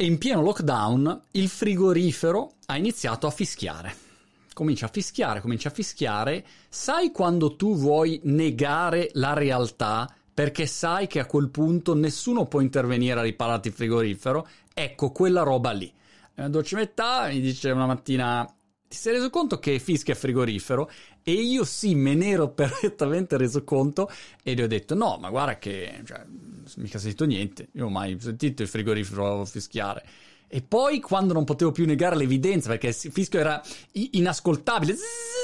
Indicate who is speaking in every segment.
Speaker 1: E in pieno lockdown il frigorifero ha iniziato a fischiare. Comincia a fischiare. Sai quando tu vuoi negare la realtà perché sai che a quel punto nessuno può intervenire a ripararti il frigorifero? Ecco, quella roba lì. Una dolce metà mi dice una mattina: ti sei reso conto che fischia il frigorifero? E io sì, me ne ero perfettamente reso conto e gli ho detto: no, ma guarda che mica sentito niente, io non ho mai sentito il frigorifero fischiare. E poi quando non potevo più negare l'evidenza perché il fischio era inascoltabile,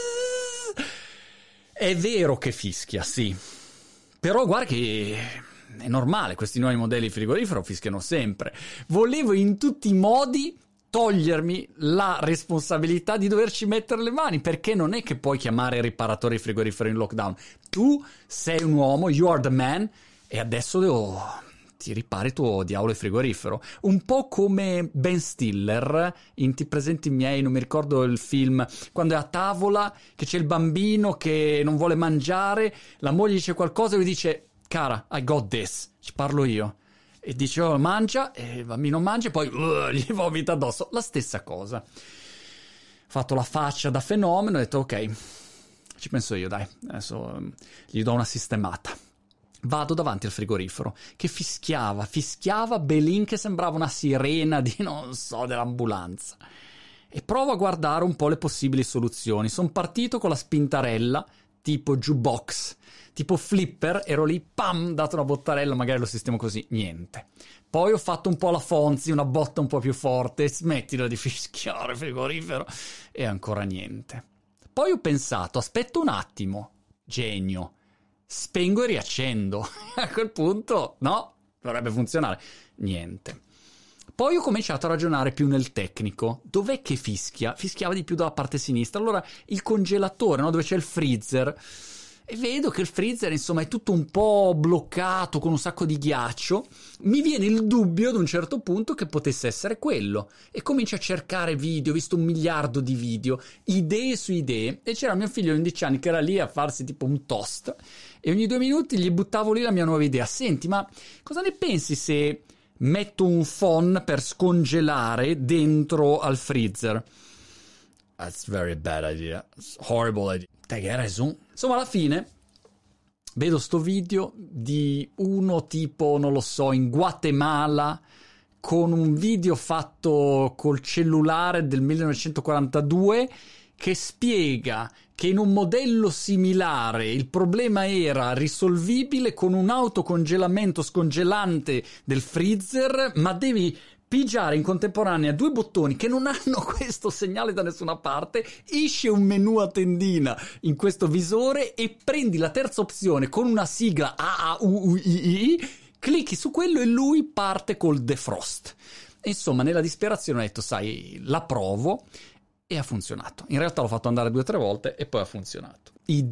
Speaker 1: è vero che fischia, sì, però guarda che è normale, questi nuovi modelli di frigorifero fischiano sempre. Volevo in tutti i modi togliermi la responsabilità di doverci mettere le mani, perché non è che puoi chiamare il riparatore di frigorifero in lockdown. Tu sei un uomo, you are the man, e adesso ti ripari tuo diavolo di frigorifero. Un po' come Ben Stiller in Ti presenti miei, non mi ricordo il film, quando è a tavola che c'è il bambino che non vuole mangiare, la moglie dice qualcosa e lui dice: cara, I got this, ci parlo io. E dice: oh, mangia, e il bambino mangia e poi gli vomita addosso. La stessa cosa. Ho fatto la faccia da fenomeno e ho detto: ok, ci penso io, dai, adesso gli do una sistemata. Vado davanti al frigorifero che fischiava belin, che sembrava una sirena di, non so, dell'ambulanza, e provo a guardare un po' le possibili soluzioni. Sono partito con la spintarella tipo jukebox, tipo flipper, ero lì, pam, dato una bottarella, magari lo sistemo così, niente. Poi ho fatto un po' la Fonzi, una botta un po' più forte, smettila di fischiare frigorifero, e ancora niente. Poi ho pensato: aspetta un attimo, genio, spengo e riaccendo. A quel punto, no, dovrebbe funzionare. Niente. Poi ho cominciato a ragionare più nel tecnico. Dov'è che fischia? Fischiava di più dalla parte sinistra. Allora il congelatore, no, dove c'è il freezer, e vedo che il freezer, insomma, è tutto un po' bloccato con un sacco di ghiaccio. Mi viene il dubbio ad un certo punto che potesse essere quello, e comincio a cercare video, ho visto 1 miliardo di video, idee su idee, e c'era mio figlio di 11 anni che era lì a farsi tipo un toast, e ogni 2 minuti gli buttavo lì la mia nuova idea: senti, ma cosa ne pensi se metto un phon per scongelare dentro al freezer? That's very bad idea. It's horrible idea. Te che hai ragione. Insomma, alla fine vedo sto video di uno tipo, non lo so, in Guatemala, con un video fatto col cellulare del 1942, che spiega che in un modello similare il problema era risolvibile con un autocongelamento scongelante del freezer, ma devi pigiare in contemporanea 2 bottoni che non hanno questo segnale da nessuna parte, esce un menu a tendina in questo visore e prendi la terza opzione con una sigla AAUUII, clicchi su quello e lui parte col defrost. Insomma, nella disperazione ho detto: sai, la provo, e ha funzionato. In realtà l'ho fatto andare 2 o 3 volte e poi ha funzionato.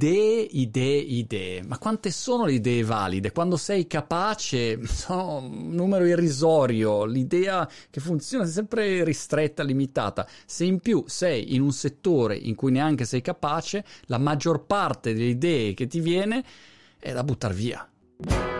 Speaker 1: Idee. Ma quante sono le idee valide? Quando sei capace, sono un numero irrisorio. L'idea che funziona è sempre ristretta, limitata. Se in più sei in un settore in cui neanche sei capace, la maggior parte delle idee che ti viene è da buttar via.